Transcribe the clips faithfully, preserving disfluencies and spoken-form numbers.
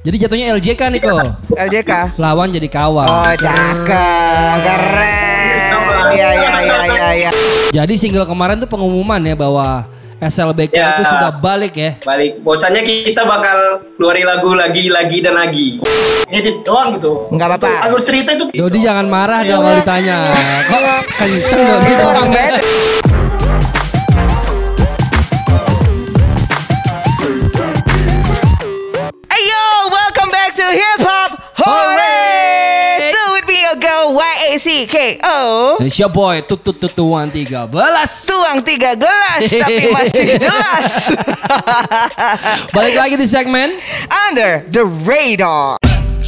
Jadi jatuhnya L J K nih kok. L J K. Lawan jadi kawan. Oh, cakep. Keren. Iya, iya, iya, iya, iya. Jadi single kemarin tuh pengumuman ya bahwa S L B K Ya. itu sudah balik ya. Balik. Bosannya kita bakal keluarin lagu lagi, lagi dan lagi. Edit doang gitu. Enggak apa-apa. Alur cerita itu. Dodi jangan marah dia kalau ditanya. Kok kenceng Dodi? Itu orang beda. Ayo, welcome back to Hip Hop Hore. Still with me, your girl Y A C K O. It's your boy tut tut tut tuan tiga belas. Tuang tiga gelas, tapi masih jelas. Balik lagi di segmen Under the Radar.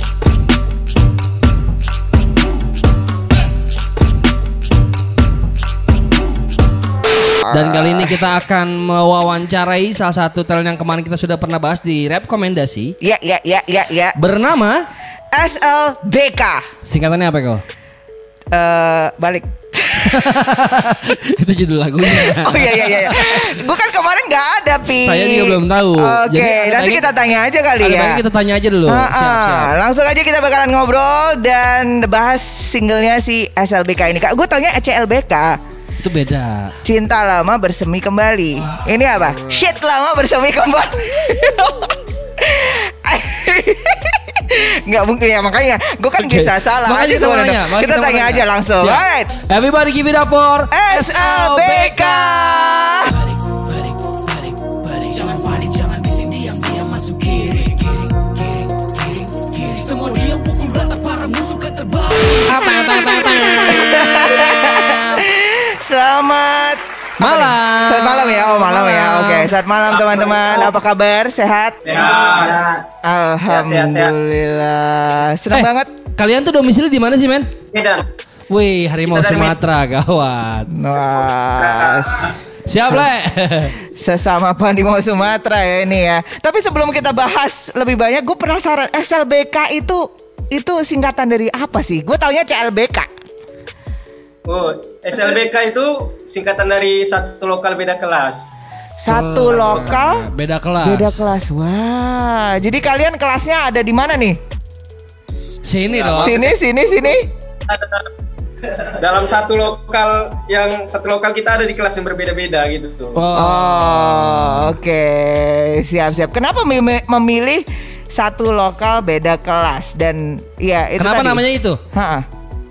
dan kali ini kita akan mewawancarai salah satu talent yang kemarin kita sudah pernah bahas di rekomendasi. Ya, ya, ya, ya, ya. Bernama S L B K. singkatannya apa kok? Eh, balik. Itu judul lagunya. Oh iya iya iya. Gue kan kemarin nggak ada Pi. Saya juga belum tahu. Oke, Jadi, ada nanti baiknya- kita tanya aja kali Ada ya. baiknya kita tanya aja dulu. Ah, Siap, ah. siap. Langsung aja kita bakalan ngobrol dan bahas singlenya si S L B K ini. Kak, gue taunya C L B K. Itu beda. Cinta lama bersemi kembali. Ini apa? Shit lama bersemi kembali. Nggak mungkin ya, makanya gue kan Oke. bisa salah. Makanya Aja kita mau sebenarnya. nanya, makanya Kita kita mau tanya nanya. aja langsung. Siap. Alright. Everybody give it up for S L B K. Balik, balik, balik. Jangan panik, jangan bising, diam-diam masuk kiri, kiri, kiri, kiri, kiri. Semua diam, pukul rata para musuh kan terbang. Selamat Malam. Selamat malam ya. Oh, malam ya. Oke, selamat malam teman-teman. Apa kabar? Sehat? Sehat. Alhamdulillah. Senang Eh, banget. Kalian tuh domisili di mana sih, men? Medan. Wih, harimau Kita dari Sumatera, gawat. Wah, Siap, Le. sesama Pandimo Sumatera ya ini ya. Tapi sebelum kita bahas lebih banyak, gue penasaran S L B K itu itu singkatan dari apa sih? Gue taunya C L B K. Oh, S L B K itu singkatan dari satu lokal beda kelas. Satu lokal, Beda kelas. beda kelas. Wah, jadi kalian kelasnya ada di mana nih? Sini dong. Sini, sini, sini. Dalam satu lokal yang satu lokal kita ada di kelas yang berbeda-beda gitu. Oh. Oh, oke. Siap-siap. Kenapa mem- memilih satu lokal beda kelas dan ya itu Kenapa tadi. namanya itu? Ha-ha.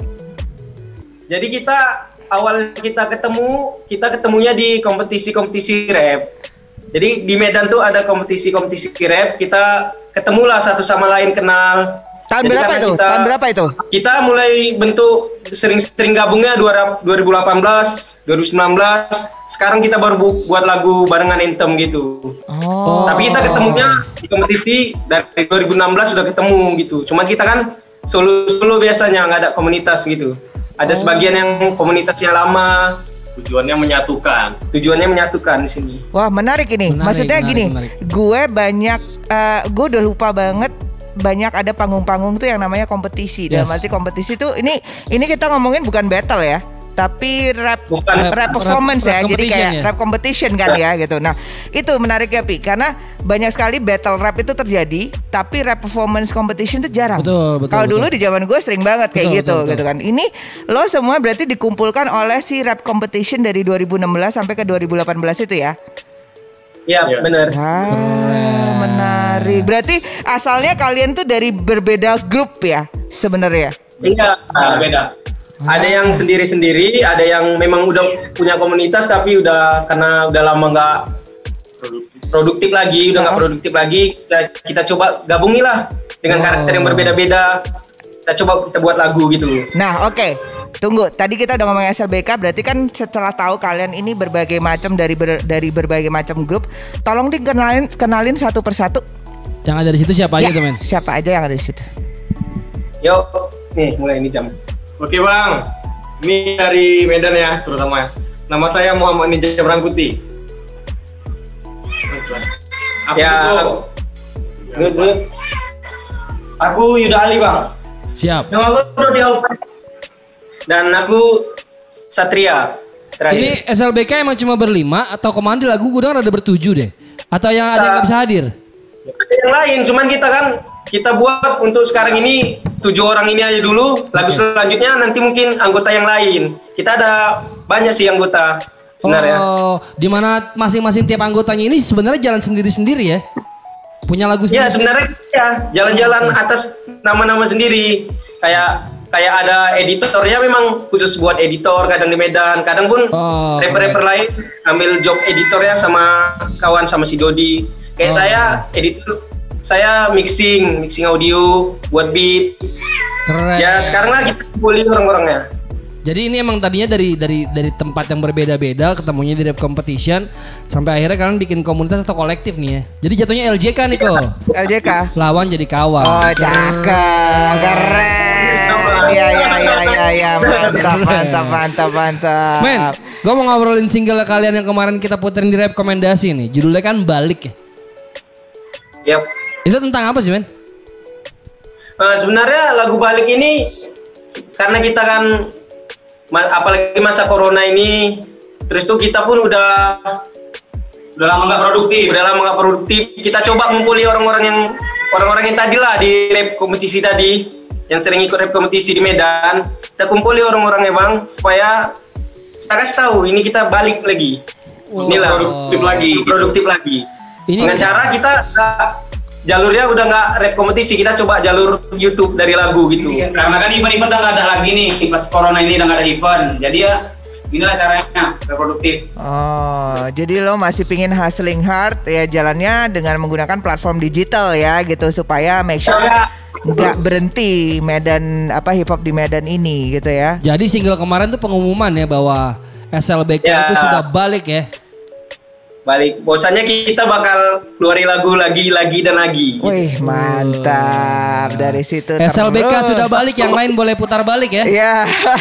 Jadi kita awal kita ketemu, kita ketemunya di kompetisi-kompetisi rap. Jadi di Medan tuh ada kompetisi-kompetisi rap, kita ketemulah satu sama lain kenal. Tahun Jadi berapa karena itu? kita- Tahun berapa itu? Kita mulai bentuk sering-sering gabungnya dua ribu delapan belas, dua ribu sembilan belas. Sekarang kita baru bu- buat lagu barengan Anthem gitu. Oh. Tapi kita ketemunya di kompetisi dari dua ribu enam belas sudah ketemu gitu. Cuma kita kan solo-solo biasanya nggak ada komunitas gitu. Ada sebagian yang komunitasnya lama. Tujuannya menyatukan. Tujuannya menyatukan di sini. Wah, menarik ini. Menarik, Maksudnya menarik, gini, menarik. gue banyak eh, gue udah lupa banget banyak ada panggung-panggung tuh yang namanya kompetisi. Dalam Yes. arti kompetisi tuh ini ini kita ngomongin bukan battle ya, tapi rap Bukan. rap performance Rap- ya. rap Jadi competition kayak ya? rap competition kan ya gitu. Nah, itu menarik ya Pi, karena banyak sekali battle rap itu terjadi, tapi rap performance competition itu jarang. Betul, betul, Kalau betul. dulu di zaman gue sering banget kayak Betul, gitu betul, betul. gitu kan. Ini lo semua berarti dikumpulkan oleh si rap competition dari dua ribu enam belas sampai ke dua ribu delapan belas itu ya. Ya, Iya. benar. Wah, menarik. Berarti asalnya kalian tuh dari berbeda grup ya sebenarnya. Iya, nah, beda. Ada yang sendiri-sendiri, ada yang memang udah punya komunitas tapi udah karena udah lama nggak produktif lagi, udah nggak Ah. produktif lagi. Kita, kita coba gabungin lah dengan karakter yang berbeda-beda. Kita coba kita buat lagu gitu. Nah, oke. Tunggu, tadi kita udah ngomong S L B K, berarti kan setelah tahu kalian ini berbagai macam dari ber- dari berbagai macam grup, tolong dikenalin kenalin satu persatu. Yang ada di situ siapa aja Ya, tuh, men? siapa aja yang ada di situ? Yuk, nih mulai ini jam. Oke bang, ini dari Medan ya terutama. Nama saya Muhammad Nijam Rangkuti. Apa Ya, itu? Dulu, dulu. Aku Yuda Ali bang. Siap. Nama aku Rodi Alfa. Dan aku Satria. Terakhir. Ini S L B K emang cuma berlima atau kemarin di lagu gue dengar ada bertujuh deh? Atau yang ada yang nggak bisa hadir? Ada yang lain, cuman kita kan kita buat untuk sekarang ini tujuh orang ini aja dulu. Lagu selanjutnya nanti mungkin anggota yang lain. Kita ada banyak sih anggota sebenarnya. Oh, di mana masing-masing tiap anggotanya ini sebenarnya jalan sendiri-sendiri ya? Punya lagu sendiri? Ya sebenarnya ya jalan-jalan atas nama-nama sendiri. Kayak kayak ada editornya memang khusus buat editor kadang di Medan. Kadang pun Oh. rapper-rapper lain ambil job editornya sama kawan sama si Dodi. Kayak Oh. saya editor, saya mixing, mixing audio, buat beat. Keren. Ya sekarang lah kita kumpulin orang-orangnya. Jadi ini emang tadinya dari dari dari tempat yang berbeda-beda, ketemunya di rap competition, sampai akhirnya kalian bikin komunitas atau kolektif nih ya. Jadi jatuhnya L J K nih kok. L J K. Lawan jadi kawan. Oh, cakep, keren. Iya, iya, iya, iya, iya, mantap, mantap, mantap, mantap. Men, gue mau ngobrolin single kalian yang kemarin kita puterin di rap rekomendasi nih. Judulnya kan Balik ya. Yap. Itu tentang apa sih, men? Uh, sebenarnya lagu Balik ini karena kita kan ma- apalagi masa corona ini, terus tuh kita pun udah udah lama nggak produktif, udah lama nggak produktif. Kita coba ngumpuli orang-orang yang orang-orang yang tadi lah di rap kompetisi tadi, yang sering ikut rap kompetisi di Medan. Kita kumpuli orang-orangnya bang, supaya kita kasih tahu ini kita balik lagi. Inilah produktif lagi. produktif lagi. Ini Dengan cara kita uh, jalurnya udah nggak rap kompetisi, kita coba jalur YouTube dari lagu gitu. Iya, karena kan event-event udah nggak ada lagi nih, pas corona ini udah nggak ada event, jadi ya inilah caranya supaya produktif. Oh, jadi lo masih pingin hustling hard ya jalannya dengan menggunakan platform digital ya gitu supaya make sure nggak berhenti Medan apa hip hop di Medan ini gitu ya. Jadi single kemarin tuh pengumuman ya bahwa S L B K Ya. itu sudah balik ya. Balik, bosannya kita bakal keluarin lagu lagi, lagi dan lagi. Wih, mantap dari situ. S L B K terus. sudah balik, yang lain boleh putar balik ya. Ya.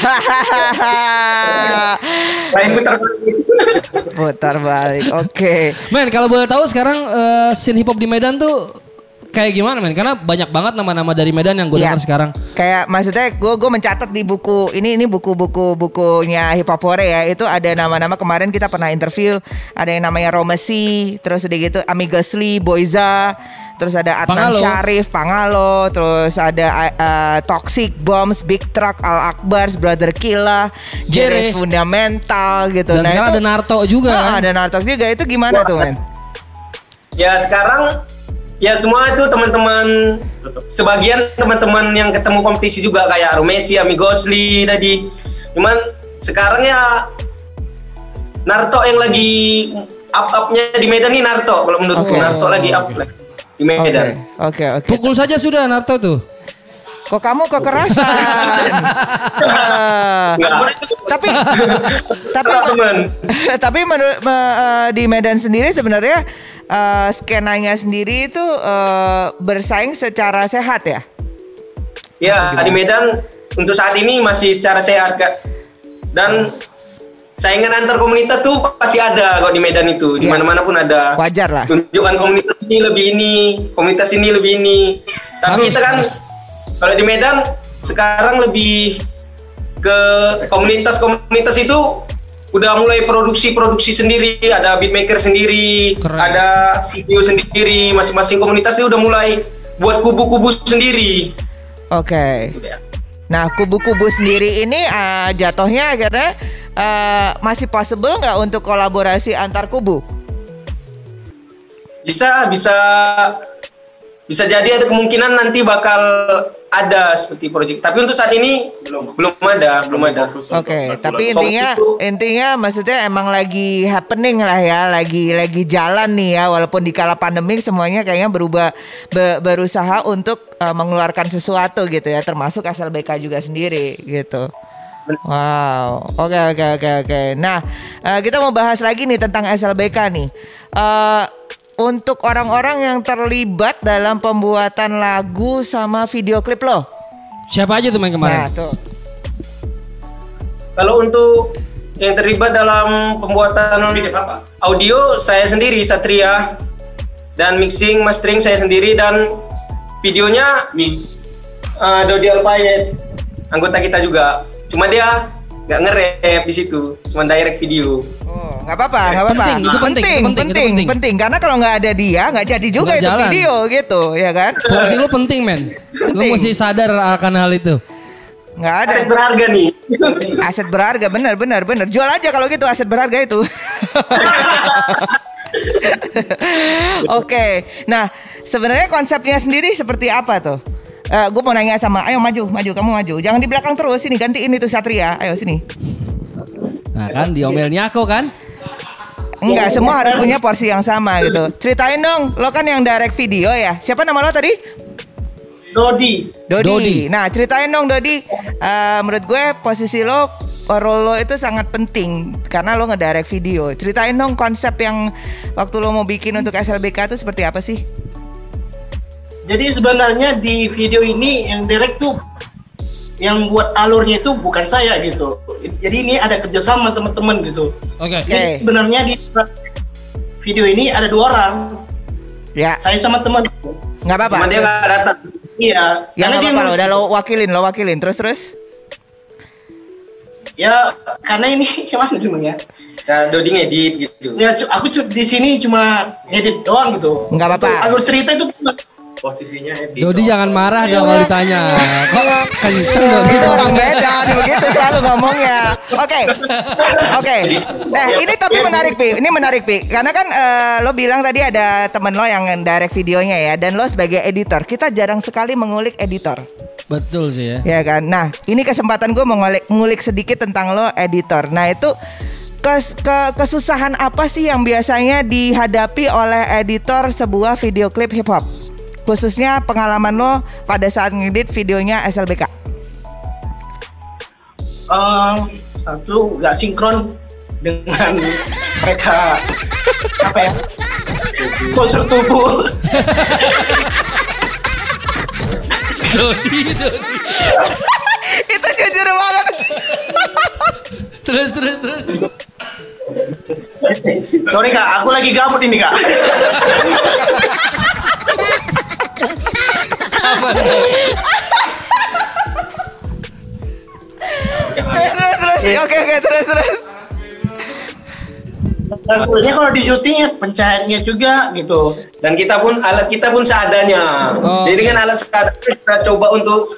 Lain putar balik. Putar balik. Oke. Men, kalau boleh tahu sekarang eh, scene hip hop di Medan tuh kayak gimana, men? Karena banyak banget nama-nama dari Medan yang gue Ya. dengar sekarang. Kayak maksudnya gue gue mencatat di buku ini ini buku-buku bukunya Hip Hopore ya, itu ada nama-nama kemarin kita pernah interview, ada yang namanya Romesi, terus udah gitu Amigosly, Boyza, terus ada Adnan Pangalo. Syarif, Pangalo, terus ada uh, Toxic Bombs, Big Truck, Al Akbars, Brother Killa, Jere. Jere Fundamental gitu. Dan sekarang ada Narto juga Ah, kan? ada Narto juga, itu gimana tuh men? Ya sekarang, ya semua itu teman-teman, sebagian teman-teman yang ketemu kompetisi juga kayak Romesi, Amigosly tadi. Cuman sekarang ya Narto yang lagi up-upnya di Medan nih Narto. Kalau menurutku Oke. Narto lagi up di Oke, Medan. oke, oke. Pukul saja sudah Narto tuh. Kok kamu kekerasan? Ah, Enggak. tapi tapi teman. tapi menurut me- eh, di Medan sendiri sebenarnya eh, skenanya sendiri itu eh, bersaing secara sehat ya? Ya di Medan untuk saat ini masih secara sehat kak. Dan saingan antar komunitas tuh pasti ada kok di Medan itu, di Iya. mana-mana pun ada. Wajar lah. Tunjukkan komunitas ini lebih ini, komunitas ini lebih ini. Tapi Harus, kita kan harus. kalau di Medan sekarang lebih ke komunitas-komunitas itu udah mulai produksi-produksi sendiri, ada beatmaker sendiri, Keren. ada studio sendiri, masing-masing komunitas itu udah mulai buat kubu-kubu sendiri. Oke. Udah. Nah, kubu-kubu sendiri ini eh, jatuhnya akhirnya eh, masih possible nggak untuk kolaborasi antar kubu? Bisa, bisa, bisa jadi ada kemungkinan nanti bakal ada seperti project. Tapi untuk saat ini belum, belum ada, belum ada. Oke, tapi Fokus intinya itu. intinya maksudnya emang lagi happening lah ya, lagi lagi jalan nih ya, walaupun di kala pandemik semuanya kayaknya berubah be- berusaha untuk uh, mengeluarkan sesuatu gitu ya, termasuk S L B K juga sendiri gitu. Wow, oke oke oke oke. Nah, uh, kita mau bahas lagi nih tentang S L B K nih. Uh, untuk orang-orang yang terlibat dalam pembuatan lagu sama video klip lo. Siapa aja tuh main Nah, kemarin? tuh. Kalau untuk yang terlibat dalam pembuatan audio, saya sendiri Satria, dan mixing mastering saya sendiri, dan videonya Nih, uh, Dodi Alpayet, anggota kita juga. Cuma dia nggak nge-rap di situ, cuma direct video. Oh, Nggak apa-apa, nggak apa-apa. Penting, itu penting, itu penting, itu penting, penting. penting. Karena kalau nggak ada dia, nggak jadi juga Nggak itu jalan. video gitu, ya kan? Fungsi lu penting men. Lu Penting. mesti sadar akan hal itu. Nggak ada. Aset berharga nih. Aset berharga, benar, benar, benar. Jual aja kalau gitu aset berharga itu. Oke, nah sebenarnya konsepnya sendiri seperti apa tuh? Uh, gue mau nanya sama, ayo maju, maju, kamu maju. Jangan di belakang terus, sini gantiin itu Satria. Ayo sini. Nah kan diomelnya aku kan. Enggak, semua harus punya porsi yang sama gitu. Ceritain dong, lo kan yang direct video ya. Siapa nama lo tadi? Dodi. Dodi. Dodi. Nah, ceritain dong Dodi. Uh, menurut gue posisi lo, role lo itu sangat penting karena lo ngedirect video. Ceritain dong konsep yang waktu lo mau bikin untuk S L B K itu seperti apa sih? Jadi sebenarnya di video ini yang direct tuh yang buat alurnya itu bukan saya gitu. Jadi ini ada kerjasama sama teman gitu. Oke. Oke. Jadi sebenarnya di video ini ada dua orang. Ya, Saya sama teman. nggak apa-apa. Cuma dia nggak datang. Iya. Ya nggak dia apa-apa, lo ngurus- udah lo wakilin, lo wakilin. Terus terus. Ya karena ini gimana dulu ya? Nah, Dodi ngedit gitu. Ya cu- aku cu- di sini cuma edit doang gitu. Nggak apa-apa. Alur cerita itu Posisinya edit. Dodi jangan marah dong kalau ditanya. Kok kenceng Dodi Itu orang ngomongnya? Medan begitu selalu ngomongnya. Oke, oke. Nah ini tapi menarik Pi, ini menarik Pi. Karena kan eh, lo bilang tadi ada temen lo yang direct videonya ya, dan lo sebagai editor. Kita jarang sekali mengulik editor, Betul sih ya. ya kan. Nah ini kesempatan gue mengulik ngulik sedikit tentang lo editor. Nah itu kes, ke, kesusahan apa sih yang biasanya dihadapi oleh editor sebuah video klip hip hop? Khususnya pengalaman lo pada saat ngedit videonya S L B K. um, satu nggak sinkron dengan mereka apa ya? Postur tubuh. Dodi, Dodi. Itu jujur banget. Terus, terus, terus. Sorry kak, aku lagi gabut ini kak. terus terus oke oke terus terus Nah, sebenarnya kalau di syuting ya pencahayaannya juga gitu. Dan kita pun alat kita pun seadanya. Oh. Jadi dengan alat seadanya kita coba untuk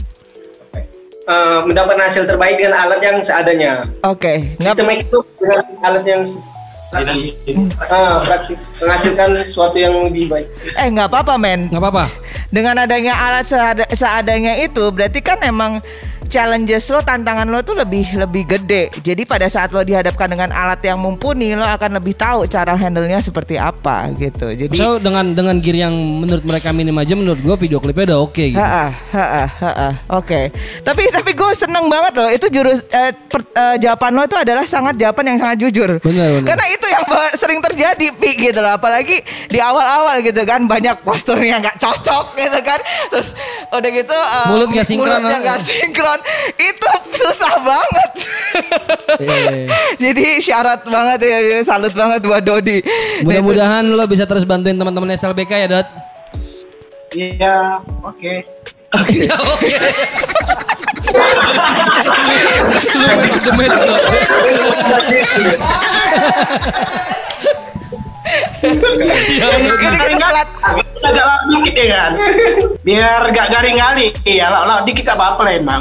uh, mendapatkan hasil terbaik dengan alat yang seadanya. oke nggak Sistem itu dengan alat yang uh, praktis menghasilkan sesuatu yang lebih baik. eh nggak apa-apa men, Nggak apa-apa. dengan adanya alat seada- seadanya itu berarti kan emang challenges lo, tantangan lo tuh lebih lebih gede. Jadi pada saat lo dihadapkan dengan alat yang mumpuni, lo akan lebih tahu cara handle-nya seperti apa gitu. Jadi So dengan dengan gear yang menurut mereka minim aja, menurut gua video klipnya udah oke gitu. Ha-ah, ha-ah, ha-ah. Oke. Tapi tapi gue seneng banget loh. Itu jurus eh, per- eh, jawaban lo itu adalah sangat jawaban yang sangat jujur. Benar, benar. Karena itu yang ba- sering terjadi Pi gitu loh. Apalagi di awal-awal gitu kan, banyak posturnya nggak cocok gitu kan. Terus udah gitu eh, Mulut nggak sinkron, mulutnya ah. nggak sinkron. Itu susah banget. Iya. Jadi syarat banget ya, salut banget buat Dodi. Mudah-mudahan lo bisa terus bantuin teman-teman S L B K ya, Dot. Iya, oke. Oke. Oke. Lu memang the match, Dot. Ini kita pelat. Agak lap dikit ya kan, biar gak garing kali. Ya lap lap dikit gak apa-apa lah emang.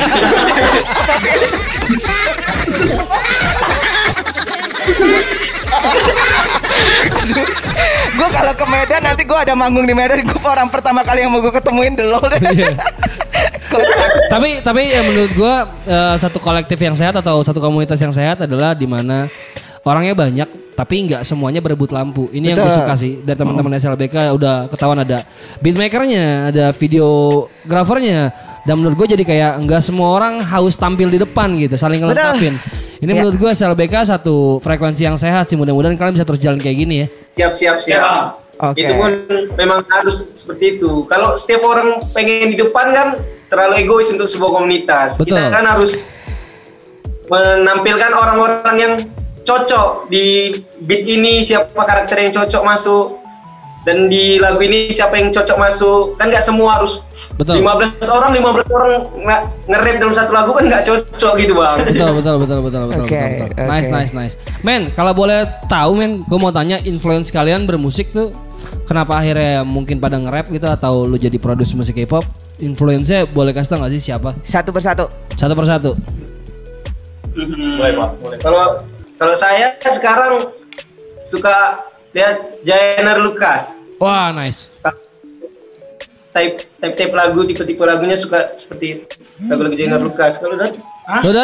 Gue kalau ke Medan nanti gue ada manggung di Medan, gue orang pertama kali yang mau gue ketemuin dulu deh. Iya. Kocak. Tapi tapi ya menurut gua eh, satu kolektif yang sehat atau satu komunitas yang sehat adalah di mana orangnya banyak tapi nggak semuanya berebut lampu. Ini yang gue Betul. suka sih dari teman-teman S L B K. Udah ketahuan ada beatmakernya, ada videografernya, dan menurut gue jadi kayak nggak semua orang haus tampil di depan gitu, saling Betul. ngelengkapin. Ini Ya. menurut gue S L B K satu frekuensi yang sehat sih. Mudah-mudahan kalian bisa terus jalan kayak gini ya. Siap siap siap. Oke. Itu pun memang harus seperti itu. Kalau setiap orang pengen di depan kan terlalu egois untuk sebuah komunitas. Betul. Kita kan harus menampilkan orang-orang yang cocok di beat ini, siapa karakter yang cocok masuk. dan di lagu ini siapa yang cocok masuk, kan nggak semua harus Betul. lima belas orang lima belas orang nge- nge-rap dalam satu lagu kan nggak cocok gitu bang. Betul betul betul betul betul Oke, betul, betul. Nice oke. nice nice. Men, kalau boleh tahu men, gue mau tanya influence kalian bermusik tuh kenapa akhirnya mungkin pada nge-rap gitu atau lu jadi produser musik K-pop? Influence-nya boleh kasih tau gak sih siapa? Satu persatu. Satu persatu. Boleh pak. Boleh. Kalau kalau saya sekarang suka lihat Jainer Lucas. Wah nice. Type type type lagu tipe-tipe lagunya suka seperti lagu-lagu Jainer Lucas. Kalau dan Dodot?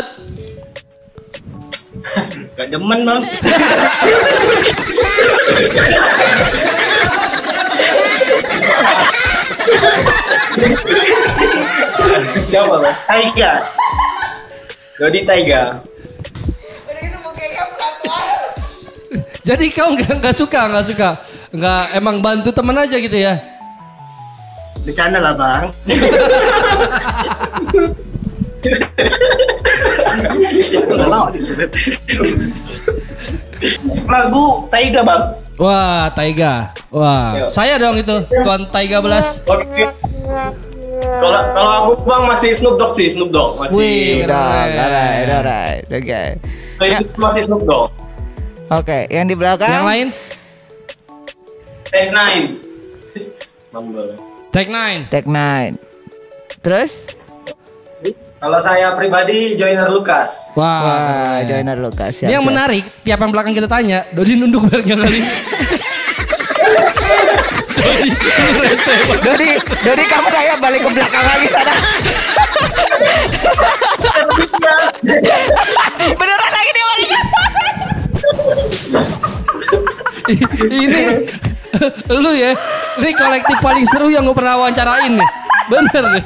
Gak demen bang. siapa bang? Taiga. Dodi Taiga. Jadi kau nggak nggak suka nggak suka nggak emang bantu temen aja gitu ya? Bercanda lah bang. Lagu Taiga bang. Wah Taiga, wah saya dong itu Tuan Taiga Belas. Oke. Kalau kalau aku bang masih Snoop Dogg sih Snoop Dogg masih. Wih, Alright, keren. alright, alright. Oke. Ya. Masih Snoop Dogg. Oke, yang di belakang. Yang lain? S nine. Mumble. Tag Nine. Tech Nine. Terus? Kalau saya pribadi Joyner Lucas. Wah, Wah, keren. Joyner Lucas. Siap, Yang siap. menarik, tiap yang belakang kita tanya, Dodi nunduk barengnya kali. Dodi, rese banget. Dodi, Dodi kamu kayak balik ke belakang lagi sana. Beneran lagi dia balik. Ini lu ya, ini kolektif paling seru yang gue pernah wawancarain nih. Bener nih.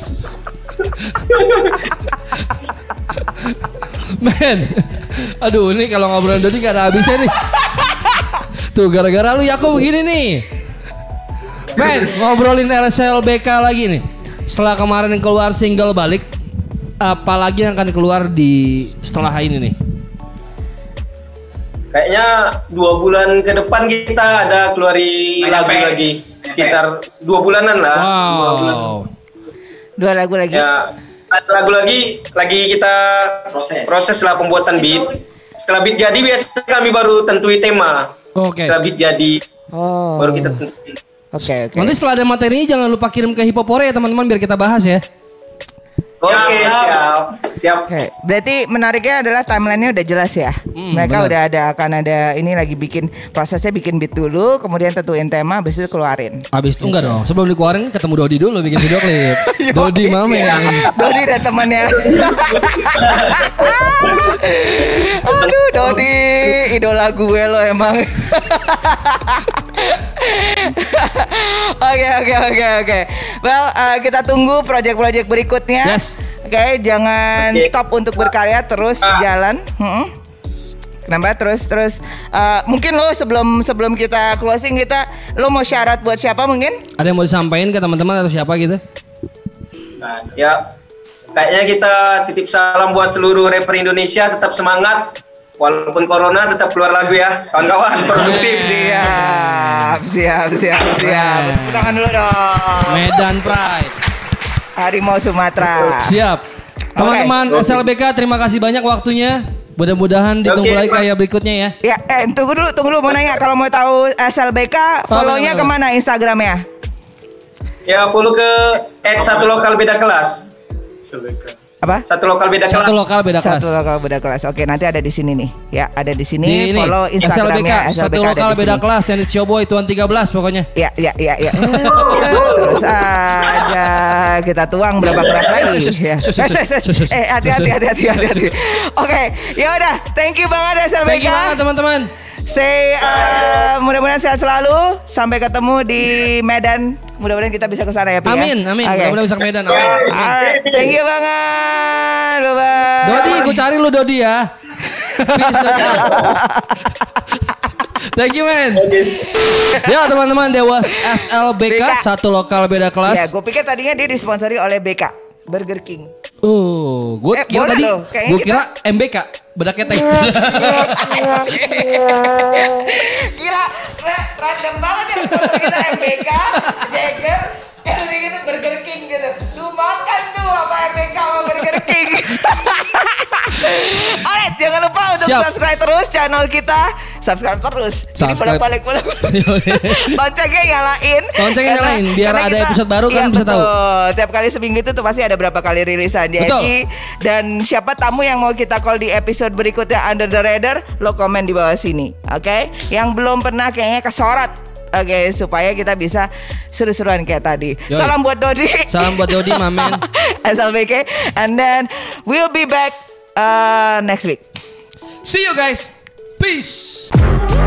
Men, aduh ini kalau ngobrolin Dodi gak ada habisnya nih. Tuh gara-gara lu ya aku begini nih. Men, ngobrolin R S L B K lagi nih. Setelah kemarin keluar single balik, apalagi yang akan keluar di setelah ini nih? Kayaknya dua bulan ke depan kita ada keluari Nggak lagu sampai. lagi sekitar dua bulanan lah. Dua bulan. Wow. Dua lagu lagi. Ya, ada lagu lagi lagi kita Proses. proses lah pembuatan beat. Setelah beat jadi biasa kami baru tentui tema. Oke. Setelah beat jadi Oh. baru kita tentuin. Oke, oke. Nanti setelah ada materinya jangan lupa kirim ke Hipopore ya teman-teman biar kita bahas ya. Oke, siap. Siap. Oke, berarti menariknya adalah timelinenya udah jelas ya. Hmm, Mereka benar. udah ada akan ada ini lagi bikin prosesnya bikin beat dulu, kemudian tentuin tema, habis itu keluarin. Habis itu enggak dong. Sebelum dikeluarin ketemu Dodi dulu bikin video klip. Dodi Mamen. Dodi dan temannya. Aduh, Dodi, idola gue lo emang. Oke, oke, oke, oke. Well, uh, kita tunggu project-project berikutnya. Yes. Oke, jangan Oke. stop untuk berkarya, terus Ah. jalan. Mm-mm. Kenapa? Terus, terus. uh, mungkin lo sebelum sebelum kita closing kita, lo mau syarat buat siapa mungkin? Ada yang mau disampaikan ke teman-teman atau siapa gitu? Ya, kayaknya kita titip salam buat seluruh rapper Indonesia, tetap semangat. Walaupun corona tetap keluar lagu ya, kawan-kawan produktif. Siap, siap, siap, siap. Tepuk tangan dulu dong. Medan Pride. Harimau Sumatera. Siap. Teman-teman Oke. S L B K terima kasih banyak waktunya. Mudah-mudahan ditunggu Oke, lagi Pak. kayak berikutnya ya. Ya, eh tunggu dulu, tunggu dulu mau nanya kalau mau tahu S L B K, follow-nya bener, kemana Instagramnya? Ya, follow ke at satu lokal beda kelas. Apa? Satu lokal beda kelas. Satu lokal beda kelas. Satu lokal beda kelas. Oke, nanti ada di sini nih. Ya, ada di sini. Di ini Follow S L B K Instagramnya satu ada lokal di beda sini. kelas yang di Cioboy Tuan tiga belas pokoknya. Ya, ya, ya, ya. Terus aja kita tuang berapa kelas lagi. Sus, sus, Ya. sus, sus, Eh, sus, sus. sus, sus. Eh, hati-hati, hati-hati, hati-hati. Oke, ya udah. Thank you banget S L B Thank you K. banget teman-teman. Stay, uh, mudah-mudahan sehat selalu. Sampai ketemu di Medan. Mudah-mudahan kita bisa ke sana ya, Pi. ya? Amin, amin. Oke. Mudah-mudahan bisa ke Medan. Amin. Amin. Alright, thank you banget. Bye-bye. Dodi, gue cari lu Dodi ya. Please, Dodi. Thank you man. Ya teman-teman, that was S L B K, B K. satu lokal beda Ya, kelas. gue pikir tadinya dia disponsori oleh B K, Burger King. Oh, gue Eh, kira boleh tadi, loh, kayaknya gue kita- kira M B K. bedak ketek. Gila, ra- random banget ya sponsor kita M B K, Jagger, yang gitu Burger King gitu. Lu makan tuh apa M B K sama Burger King. Alright, jangan lupa untuk Siap. subscribe terus channel kita. Subscribe terus. Jadi Subscribe. balik balik Loncengnya nyalain. Loncengnya Karena- nyalain, biar karena ada episode baru kan iya, bisa tahu. betul. Tiap kali seminggu itu tuh pasti ada berapa kali rilisan. Jadi Betul. dan siapa tamu yang mau kita call di episode berikutnya Under the Radar, lo komen di bawah sini. Oke? Yang belum pernah kayaknya kesorot. Oke, supaya kita bisa seru-seruan kayak tadi. Yoi. Salam buat Dodi. Salam buat Dodi, Mamen. S L B K. And then we'll be back uh, next week. See you guys. Peace.